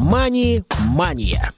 «Мани-мания».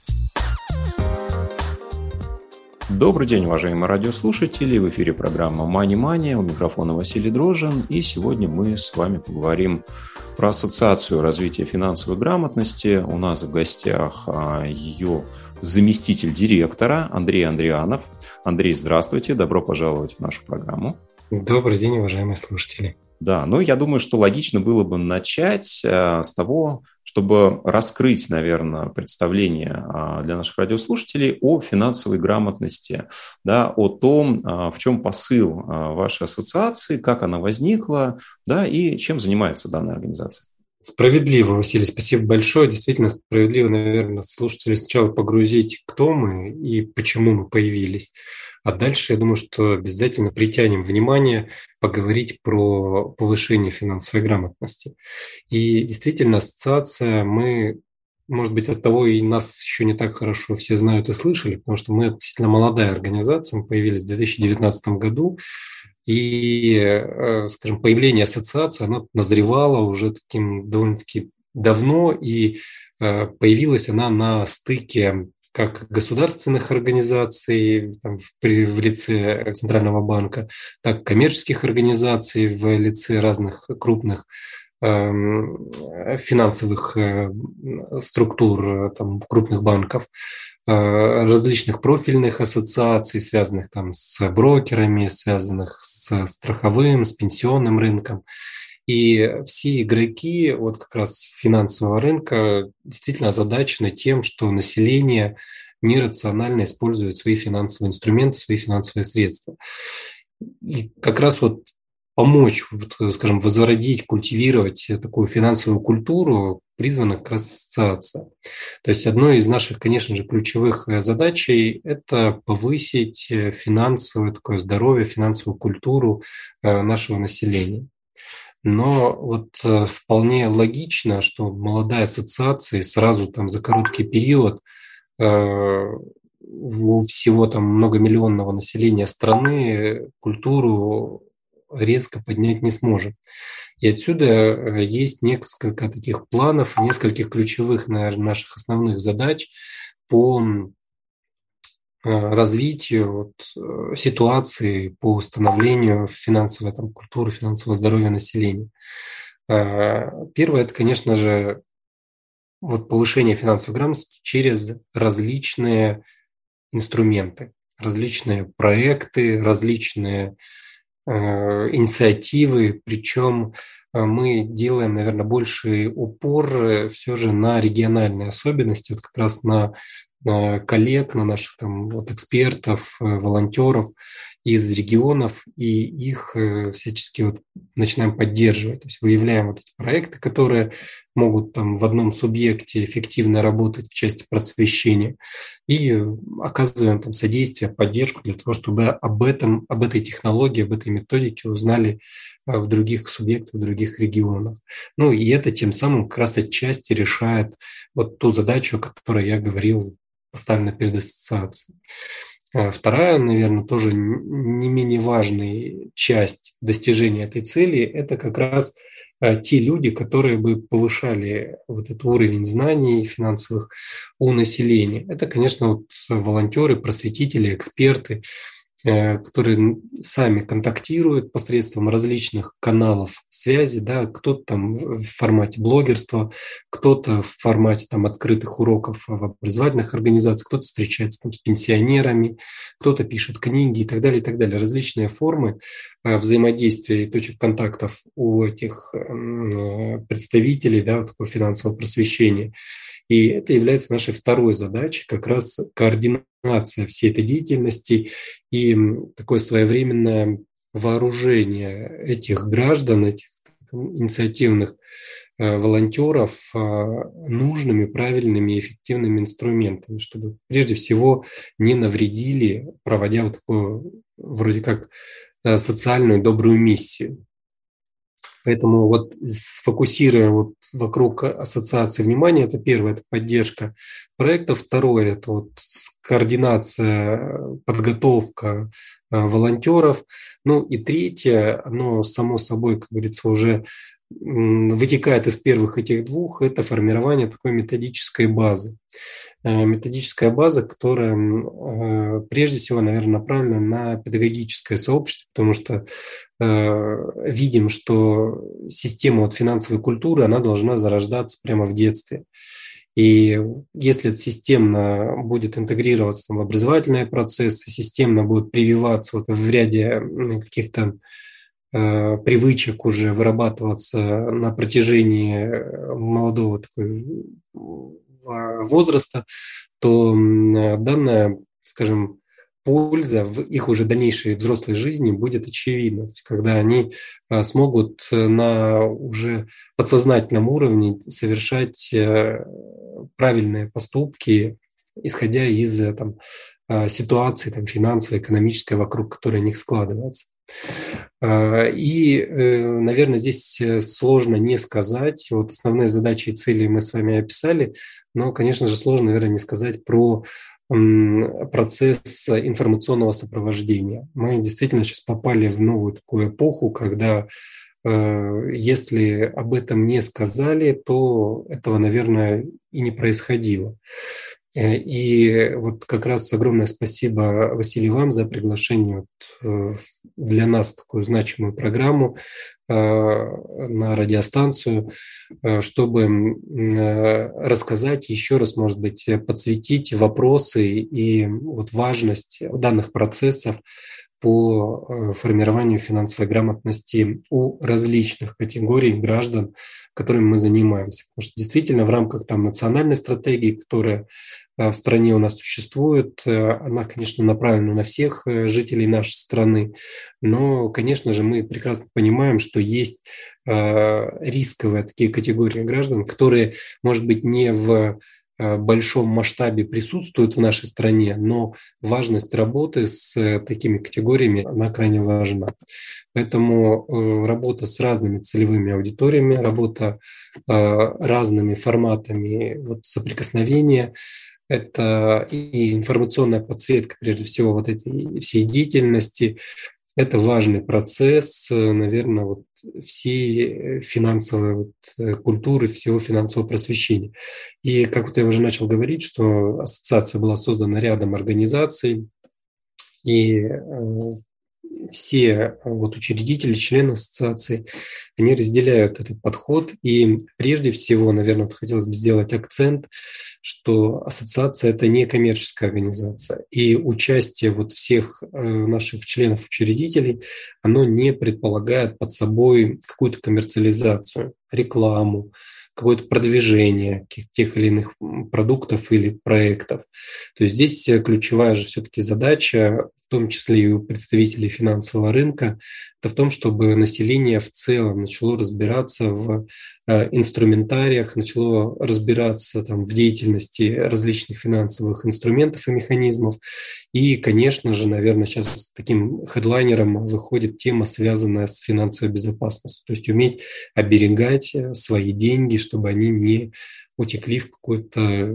Добрый день, уважаемые радиослушатели. В эфире программа «Мани-мания». У микрофона Василий Дрожжин. И сегодня мы с вами поговорим про Ассоциацию развития финансовой грамотности. У нас в гостях ее заместитель директора Андрей Андрианов. Андрей, здравствуйте. Добро пожаловать в нашу программу. Добрый день, уважаемые слушатели. Да, я думаю, что логично было бы начать с того, чтобы раскрыть, наверное, представление для наших радиослушателей о финансовой грамотности, да, о том, в чем посыл вашей ассоциации, как она возникла, да, и чем занимается данная организация. Справедливо, Василий, спасибо большое. Действительно справедливо, наверное, слушателей сначала погрузить, кто мы и почему мы появились. А дальше, я думаю, что обязательно притянем внимание поговорить про повышение финансовой грамотности. И действительно, ассоциация, может быть, от того и нас еще не так хорошо все знают и слышали, потому что мы относительно молодая организация, мы появились в 2019 году. И, скажем, появление ассоциации, оно назревало уже таким довольно-таки давно, и появилась она на стыке как государственных организаций в лице Центрального банка, так и коммерческих организаций в лице разных крупных финансовых структур, крупных банков, различных профильных ассоциаций, связанных с брокерами, связанных с страховым, с пенсионным рынком. И все игроки как раз финансового рынка действительно озадачены тем, что население нерационально использует свои финансовые инструменты, свои финансовые средства. И как раз помочь, скажем, возродить, культивировать такую финансовую культуру призвана как раз ассоциация. То есть одной из наших, конечно же, ключевых задач – это повысить финансовое такое здоровье, финансовую культуру нашего населения. Но вполне логично, что молодая ассоциация сразу за короткий период у всего многомиллионного населения страны культуру резко поднять не сможем. И отсюда есть несколько таких планов, нескольких ключевых, наверное, наших основных задач по развитию ситуации, по установлению финансовой культуры, финансового здоровья населения. Первое – это, конечно же, повышение финансовой грамотности через различные инструменты, различные проекты, различные инициативы, причем мы делаем, наверное, больший упор все же на региональные особенности, как раз на коллег, на наших экспертов, волонтеров из регионов, и их всячески начинаем поддерживать. То есть выявляем эти проекты, которые могут в одном субъекте эффективно работать в части просвещения, и оказываем содействие, поддержку для того, чтобы об этой технологии, об этой методике узнали в других субъектах, в других регионах. И это тем самым как раз отчасти решает ту задачу, о которой я говорил, поставлена перед ассоциацией. Вторая, наверное, тоже не менее важная часть достижения этой цели – это как раз те люди, которые бы повышали этот уровень знаний финансовых у населения. Это, конечно, волонтеры, просветители, эксперты, которые сами контактируют посредством различных каналов связи, кто-то в формате блогерства, кто-то в формате открытых уроков в образовательных организациях, кто-то встречается с пенсионерами, кто-то пишет книги и так далее, и так далее. Различные формы взаимодействия и точек контактов у этих представителей такого финансового просвещения. И это является нашей второй задачей, как раз координация всей этой деятельности и такое своевременное вооружение этих граждан, этих инициативных волонтеров нужными, правильными и эффективными инструментами, чтобы прежде всего не навредили, проводя такую вроде как социальную добрую миссию. Поэтому сфокусируя вокруг ассоциации внимания, это первое, это поддержка проекта, второе, это координация, подготовка волонтеров, и третье, оно само собой, как говорится, уже вытекает из первых этих двух, это формирование такой методической базы. Методическая база, которая прежде всего, наверное, направлена на педагогическое сообщество, потому что видим, что система финансовой культуры, она должна зарождаться прямо в детстве. И если это системно будет интегрироваться в образовательные процессы, системно будет прививаться в ряде каких-то привычек уже вырабатываться на протяжении молодого возраста, то данная, скажем, польза в их уже дальнейшей взрослой жизни будет очевидна. То есть, когда они смогут на уже подсознательном уровне совершать правильные поступки, исходя из ситуации финансовой, экономической, вокруг которой у них складывается. И, наверное, здесь сложно не сказать. Вот основные задачи и цели мы с вами описали, но, конечно же, сложно, наверное, не сказать про процесс информационного сопровождения. Мы действительно сейчас попали в новую такую эпоху, когда если об этом не сказали, то этого, наверное, и не происходило. И вот как раз огромное спасибо, Василий, вам за приглашение для нас такую значимую программу на радиостанцию, чтобы рассказать еще раз, может быть, подсветить вопросы и вот важность данных процессов по формированию финансовой грамотности у различных категорий граждан, которыми мы занимаемся. Потому что действительно в рамках национальной стратегии, которая в стране у нас существует, она, конечно, направлена на всех жителей нашей страны, но, конечно же, мы прекрасно понимаем, что есть рисковые такие категории граждан, которые, может быть, не в большом масштабе присутствуют в нашей стране, но важность работы с такими категориями, она крайне важна. Поэтому работа с разными целевыми аудиториями, работа разными форматами соприкосновения, это и информационная подсветка, прежде всего, этой всей деятельности. Это важный процесс, наверное, всей финансовой культуры, всего финансового просвещения. И, как я уже начал говорить, что ассоциация была создана рядом организаций, и все учредители, члены ассоциации, они разделяют этот подход. И прежде всего, наверное, хотелось бы сделать акцент, что ассоциация – это не коммерческая организация. И участие всех наших членов-учредителей, оно не предполагает под собой какую-то коммерциализацию, рекламу, какое-то продвижение тех или иных продуктов или проектов. То есть здесь ключевая же все-таки задача, в том числе и у представителей финансового рынка, это в том, чтобы население в целом начало разбираться в инструментариях, начало разбираться в деятельности различных финансовых инструментов и механизмов. И, конечно же, наверное, сейчас таким хедлайнером выходит тема, связанная с финансовой безопасностью. То есть уметь оберегать свои деньги, чтобы они не утекли в какой-то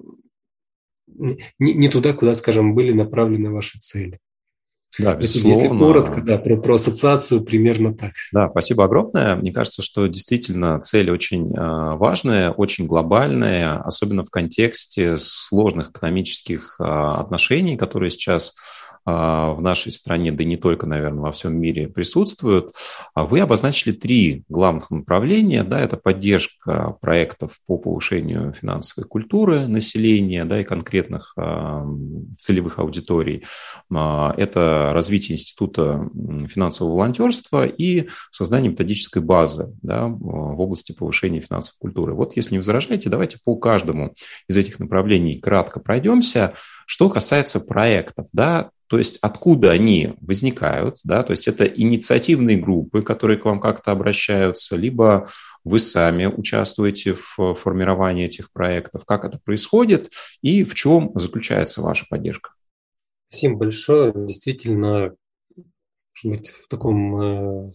не туда, куда, скажем, были направлены ваши цели. Да, безусловно. Если коротко, да, про ассоциацию примерно так. Да, спасибо огромное. Мне кажется, что действительно цель очень важная, очень глобальная, особенно в контексте сложных экономических отношений, которые сейчас в нашей стране, да и не только, наверное, во всем мире присутствуют. Вы обозначили 3 главных направления. Да, это поддержка проектов по повышению финансовой культуры населения, да, и конкретных целевых аудиторий. Это развитие института финансового волонтерства и создание методической базы, да, в области повышения финансовой культуры. Вот, если не возражаете, давайте по каждому из этих направлений кратко пройдемся. Что касается проектов, да, то есть откуда они возникают, да, то есть это инициативные группы, которые к вам как-то обращаются, либо вы сами участвуете в формировании этих проектов, как это происходит и в чем заключается ваша поддержка? Спасибо большое. Действительно, может быть, в таком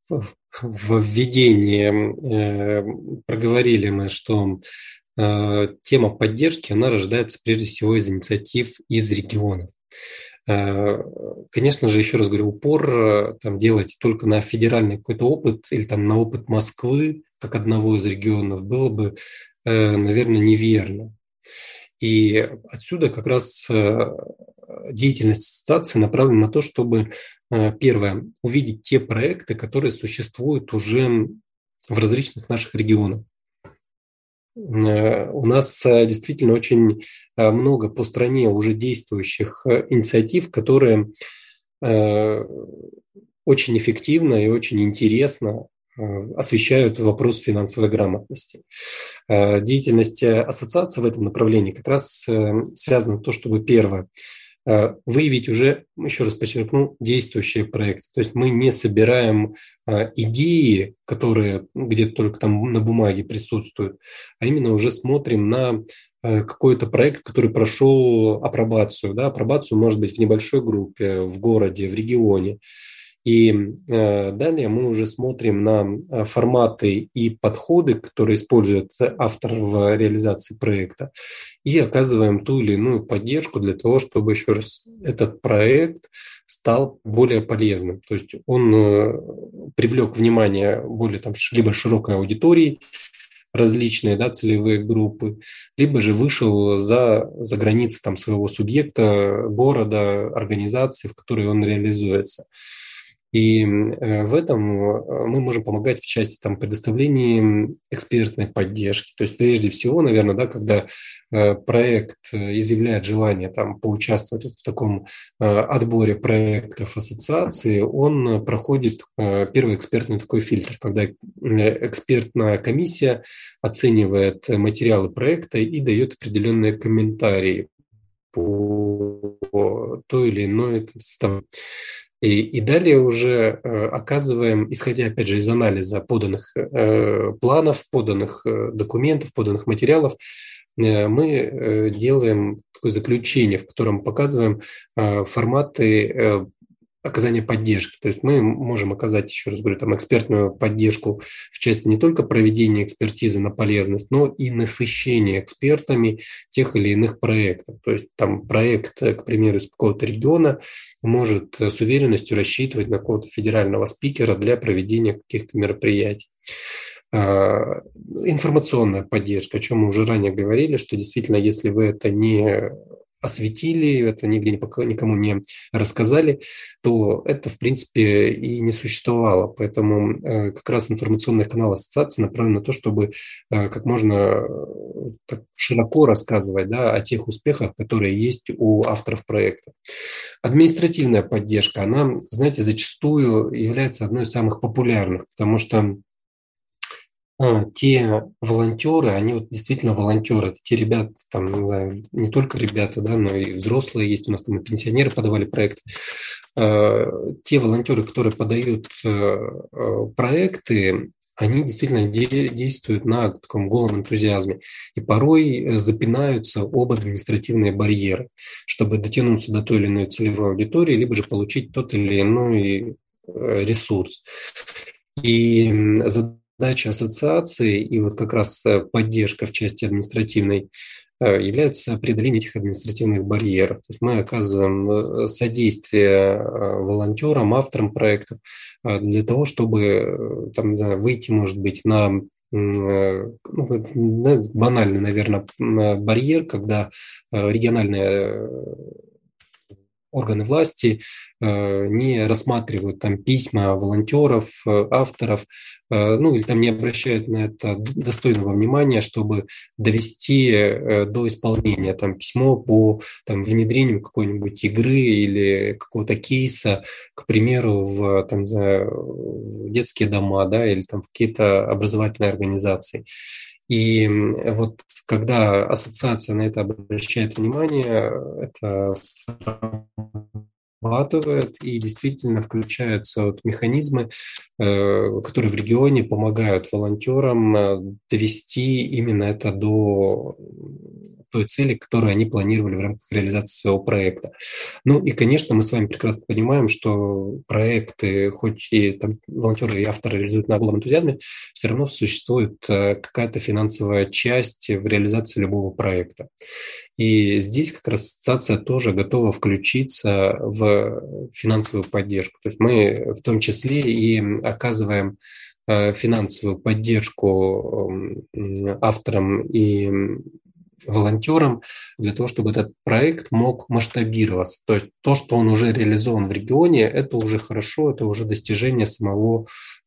введении проговорили мы, что тема поддержки, она рождается прежде всего из инициатив из регионов. Конечно же, еще раз говорю, упор там делать только на федеральный какой-то опыт или там на опыт Москвы, как одного из регионов, было бы, наверное, неверно. И отсюда как раз деятельность ассоциации направлена на то, чтобы, первое, увидеть те проекты, которые существуют уже в различных наших регионах. У нас действительно очень много по стране уже действующих инициатив, которые очень эффективно и очень интересно освещают вопрос финансовой грамотности. Деятельность ассоциации в этом направлении как раз связана с тем, чтобы, первое, выявить уже, еще раз подчеркну, действующие проекты. То есть мы не собираем идеи, которые где-то только там на бумаге присутствуют, а именно уже смотрим на какой-то проект, который прошел апробацию. Да? Апробацию может быть в небольшой группе, в городе, в регионе. И далее мы уже смотрим на форматы и подходы, которые использует автор в реализации проекта, и оказываем ту или иную поддержку для того, чтобы, еще раз, этот проект стал более полезным. То есть он привлек внимание более там, либо широкой аудитории, различные, да, целевые группы, либо же вышел за границы там, своего субъекта, города, организации, в которой он реализуется. И в этом мы можем помогать в части там, предоставления экспертной поддержки. То есть прежде всего, наверное, да, когда проект изъявляет желание там, поучаствовать в таком отборе проектов ассоциации, он проходит первый экспертный такой фильтр, когда экспертная комиссия оценивает материалы проекта и дает определенные комментарии по той или иной составу. И далее уже оказываем, исходя, опять же, из анализа поданных планов, поданных документов, поданных материалов, мы делаем такое заключение, в котором показываем форматы оказания поддержки. То есть мы можем оказать, еще раз говорю, там, экспертную поддержку в части не только проведения экспертизы на полезность, но и насыщения экспертами тех или иных проектов. То есть там проект, к примеру, из какого-то региона может с уверенностью рассчитывать на какого-то федерального спикера для проведения каких-то мероприятий. Информационная поддержка, о чем мы уже ранее говорили, что действительно, если вы это не осветили, это нигде никому не рассказали, то это, в принципе, и не существовало. Поэтому как раз информационный канал ассоциации направлен на то, чтобы как можно так широко рассказывать, да, о тех успехах, которые есть у авторов проекта. Административная поддержка, она, знаете, зачастую является одной из самых популярных, потому что те волонтеры, они вот действительно волонтеры, те ребята, там, не знаю, не только ребята, да, но и взрослые есть, у нас там и пенсионеры подавали проекты. Те волонтеры, которые подают проекты, они действительно действуют на таком голом энтузиазме и порой запинаются об административные барьеры, чтобы дотянуться до той или иной целевой аудитории, либо же получить тот или иной ресурс. И задача ассоциации и вот как раз поддержка в части административной является преодоление этих административных барьеров. То есть мы оказываем содействие волонтерам, авторам проектов для того, чтобы там, выйти, может быть, на банальный, наверное, барьер, когда региональные органы власти не рассматривают там письма волонтеров, авторов, ну или там не обращают на это достойного внимания, чтобы довести до исполнения там письмо по там, внедрению какой-нибудь игры или какого-то кейса, к примеру, в, там, в детские дома, да, или там в какие-то образовательные организации. И вот когда ассоциация на это обращает внимание, это срабатывает и действительно включаются вот механизмы, которые в регионе помогают волонтерам довести именно это до той цели, которую они планировали в рамках реализации своего проекта. Ну и, конечно, мы с вами прекрасно понимаем, что проекты, хоть и там волонтеры и авторы реализуют на голом энтузиазме, все равно существует какая-то финансовая часть в реализации любого проекта. И здесь как раз ассоциация тоже готова включиться в финансовую поддержку. То есть мы в том числе и оказываем финансовую поддержку авторам и волонтерам для того, чтобы этот проект мог масштабироваться. То есть то, что он уже реализован в регионе, это уже хорошо, это уже достижение самого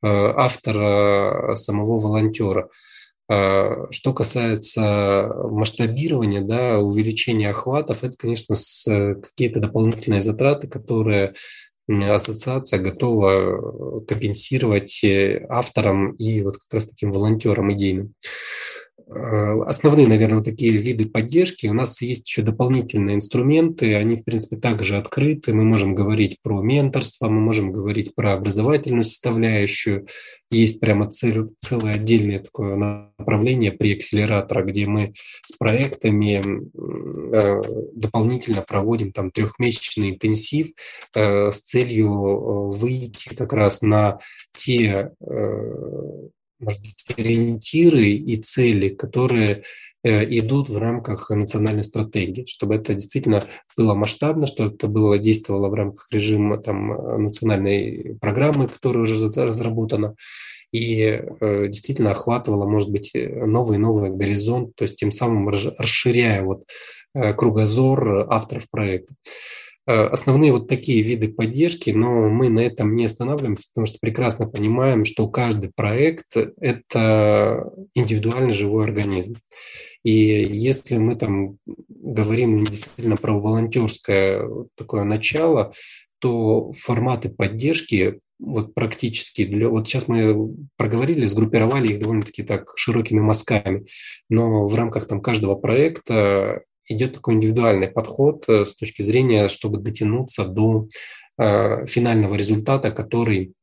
автора, самого волонтера. Что касается масштабирования, да, увеличения охватов, это, конечно, какие-то дополнительные затраты, которые ассоциация готова компенсировать авторам и вот как раз таким волонтерам идейным. Основные, наверное, вот такие виды поддержки. У нас есть еще дополнительные инструменты, они, в принципе, также открыты. Мы можем говорить про менторство, мы можем говорить про образовательную составляющую. Есть прямо целое отдельное такое направление при акселераторах, где мы с проектами дополнительно проводим там трехмесячный интенсив с целью выйти как раз на те, может быть, ориентиры и цели, которые идут в рамках национальной стратегии, чтобы это действительно было масштабно, чтобы это было действовало в рамках режима там, национальной программы, которая уже разработана, и действительно охватывала, может быть, новый и новый горизонт, то есть тем самым расширяя вот кругозор авторов проекта. Основные вот такие виды поддержки, но мы на этом не останавливаемся, потому что прекрасно понимаем, что каждый проект – это индивидуальный живой организм. И если мы там говорим действительно про волонтерское такое начало, то форматы поддержки вот практически вот сейчас мы проговорили, сгруппировали их довольно-таки так широкими мазками, но в рамках там каждого проекта идет такой индивидуальный подход с точки зрения, чтобы дотянуться до финального результата, который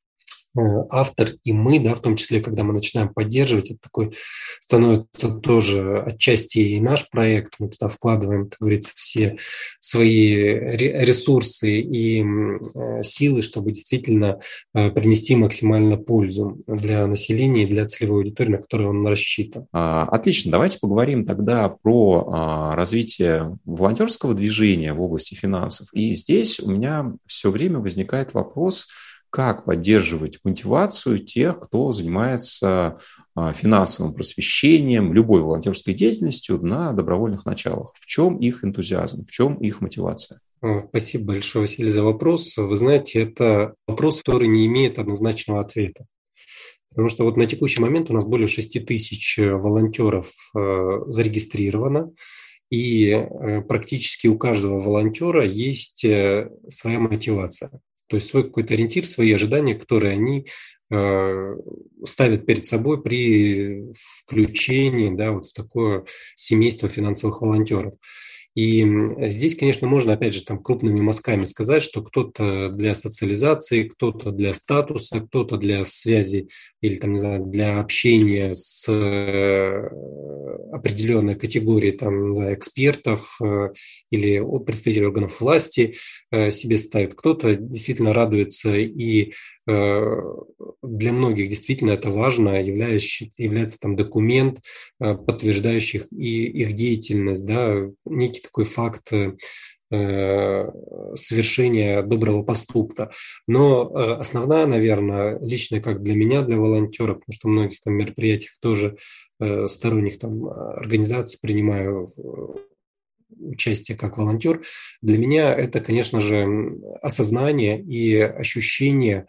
автор и мы, да, в том числе, когда мы начинаем поддерживать, это такой становится тоже отчасти и наш проект. Мы туда вкладываем, как говорится, все свои ресурсы и силы, чтобы действительно принести максимально пользу для населения и для целевой аудитории, на которую он рассчитан. Отлично. Давайте поговорим тогда про развитие волонтерского движения в области финансов. И здесь у меня все время возникает вопрос, как поддерживать мотивацию тех, кто занимается финансовым просвещением, любой волонтерской деятельностью на добровольных началах. В чем их энтузиазм, в чем их мотивация? Спасибо большое, Василий, за вопрос. Вы знаете, это вопрос, который не имеет однозначного ответа. Потому что вот на текущий момент у нас более 6 тысяч волонтеров зарегистрировано, и практически у каждого волонтера есть своя мотивация. То есть свой какой-то ориентир, свои ожидания, которые они ставят перед собой при включении, да, вот в такое семейство финансовых волонтеров. И здесь, конечно, можно, опять же, там крупными мазками сказать, что кто-то для социализации, кто-то для статуса, кто-то для связи или, там, не знаю, для общения с определенной категорией, там, не знаю, экспертов или представителей органов власти себе ставит. Кто-то действительно радуется, и для многих действительно это важно, является там документ, подтверждающий их деятельность, да, некий такой факт совершения доброго поступка. Но основная, наверное, лично как для меня, для волонтера, потому что в многих там мероприятиях тоже сторонних там организаций принимаю участие как волонтер, для меня это, конечно же, осознание и ощущение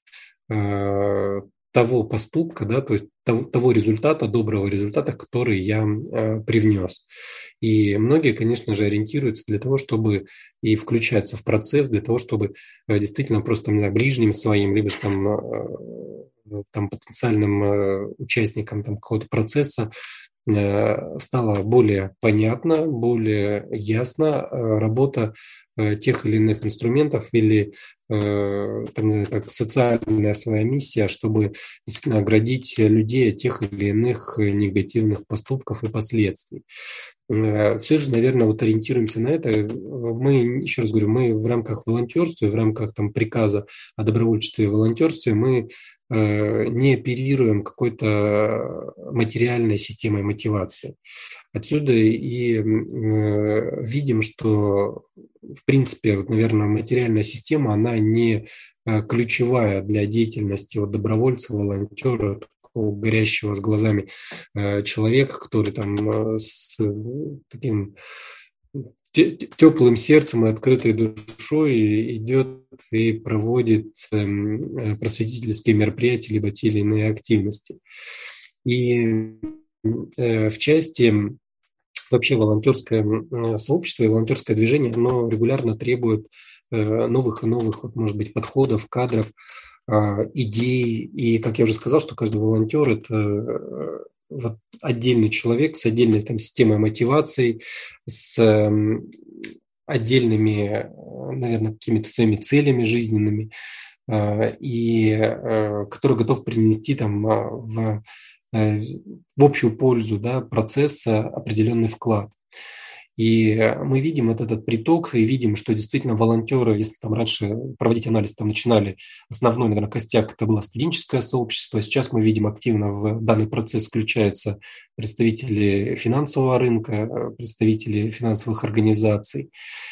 того поступка, да, то есть того результата, доброго результата, который я привнес. И многие, конечно же, ориентируются для того, чтобы и включаются в процесс, для того, чтобы действительно просто, не знаю, ближним своим, либо там потенциальным участникам там какого-то процесса стало более понятно, более ясно работа тех или иных инструментов или как социальная своя миссия, чтобы действительно оградить людей от тех или иных негативных поступков и последствий. Все же, наверное, вот ориентируемся на это. Мы, еще раз говорю, мы в рамках волонтерства, в рамках там приказа о добровольчестве и волонтерстве мы не оперируем какой-то материальной системой мотивации. Отсюда и видим, что, в принципе, вот, наверное, материальная система, она не ключевая для деятельности вот, добровольца, волонтера, такого горящего с глазами человека, который там с таким теплым сердцем и открытой душой идет и проводит просветительские мероприятия, либо те или иные активности. И в части вообще волонтерское сообщество и волонтерское движение, оно регулярно требует новых и новых, вот, может быть, подходов, кадров, идей. И, как я уже сказал, что каждый волонтер – это вот отдельный человек с отдельной там системой мотиваций, с отдельными, наверное, какими-то своими целями жизненными, и который готов принести там в общую пользу, да, процесса определенный вклад. И мы видим вот этот приток, и видим, что действительно волонтеры, если там раньше проводить анализ, там начинали, основной, наверное, костяк, это было студенческое сообщество, сейчас мы видим активно в данный процесс включаются представители финансового рынка, представители финансовых организаций.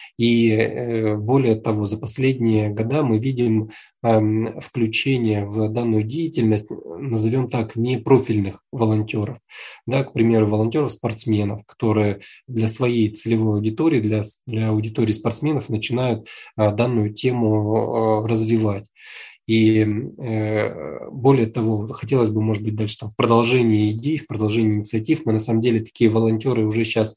И более того, за последние годы мы видим включение в данную деятельность, назовем так, непрофильных волонтеров. Да, к примеру, волонтеров-спортсменов, которые для своей целевой аудитории, для аудитории спортсменов начинают данную тему развивать. И более того, хотелось бы, может быть, дальше там, в продолжении идей, в продолжении инициатив, мы на самом деле такие волонтеры уже сейчас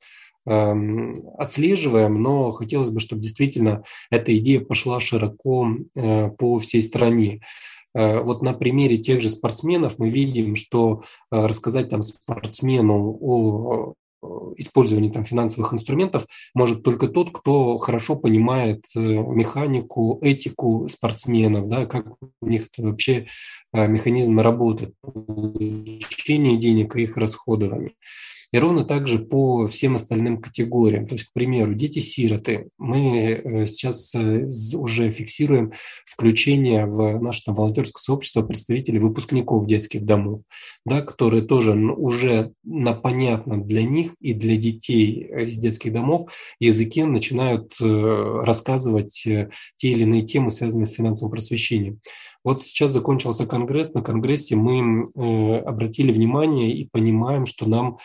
отслеживаем, но хотелось бы, чтобы действительно эта идея пошла широко по всей стране. Вот на примере тех же спортсменов мы видим, что рассказать там спортсмену о использовании там финансовых инструментов может только тот, кто хорошо понимает механику, этику спортсменов, да, как у них вообще механизм работает, получение денег и их расходование. И ровно также по всем остальным категориям. То есть, к примеру, дети-сироты. Мы сейчас уже фиксируем включение в наше там, волонтерское сообщество представителей выпускников детских домов, да, которые тоже уже на понятном для них и для детей из детских домов языке начинают рассказывать те или иные темы, связанные с финансовым просвещением. Вот сейчас закончился конгресс. На конгрессе мы обратили внимание и понимаем, что нам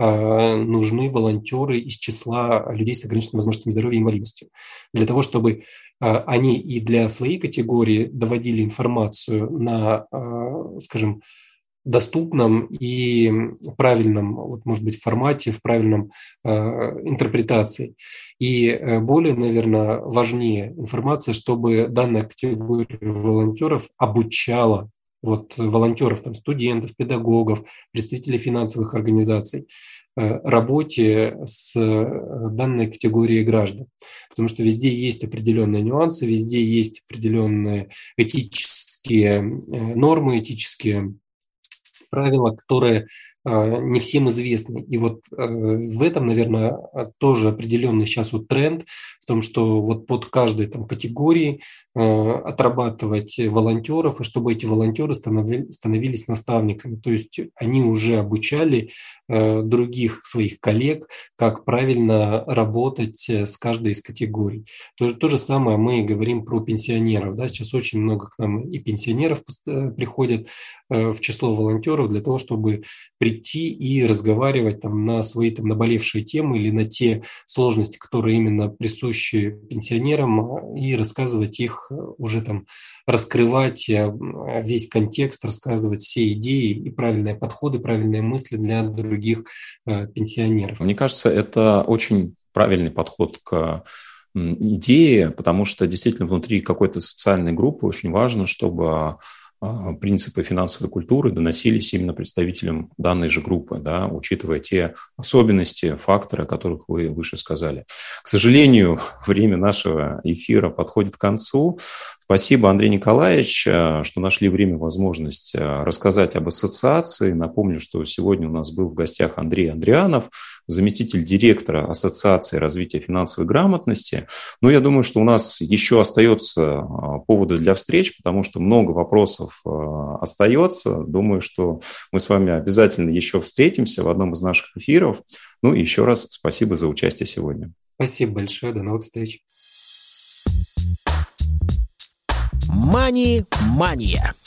нужны волонтеры из числа людей с ограниченными возможностями здоровья и инвалидностью. Для того, чтобы они и для своей категории доводили информацию на, скажем, доступном и правильном, вот, может быть, формате, в правильном интерпретации. И более, наверное, важнее информация, чтобы данная категория волонтеров обучала вот, волонтеров, там, студентов, педагогов, представителей финансовых организаций работе с данной категорией граждан. Потому что везде есть определенные нюансы, везде есть определенные этические нормы, этические правила, которые не всем известны. И вот в этом, наверное, тоже определенный сейчас вот тренд в том, что вот под каждой там категории отрабатывать волонтеров, и чтобы эти волонтеры становились наставниками. То есть они уже обучали других своих коллег, как правильно работать с каждой из категорий. То же самое мы говорим про пенсионеров. Да? Сейчас очень много к нам и пенсионеров приходят в число волонтеров для того, чтобы прийти и разговаривать там, на свои там, наболевшие темы или на те сложности, которые именно присущи пенсионерам, и рассказывать их уже там, раскрывать весь контекст, рассказывать все идеи и правильные подходы, правильные мысли для других пенсионеров. Мне кажется, это очень правильный подход к идее, потому что действительно внутри какой-то социальной группы очень важно, чтобы принципы финансовой культуры доносились именно представителям данной же группы, да, учитывая те особенности, факторы, о которых вы выше сказали. К сожалению, время нашего эфира подходит к концу. Спасибо, Андрей Николаевич, что нашли время, возможность рассказать об ассоциации. Напомню, что сегодня у нас был в гостях Андрей Андрианов, заместитель директора Ассоциации развития финансовой грамотности. Но я думаю, что у нас еще остается поводы для встреч, потому что много вопросов остается. Думаю, что мы с вами обязательно еще встретимся в одном из наших эфиров. Ну и еще раз спасибо за участие сегодня. Спасибо большое, до новых встреч. Мани-мания.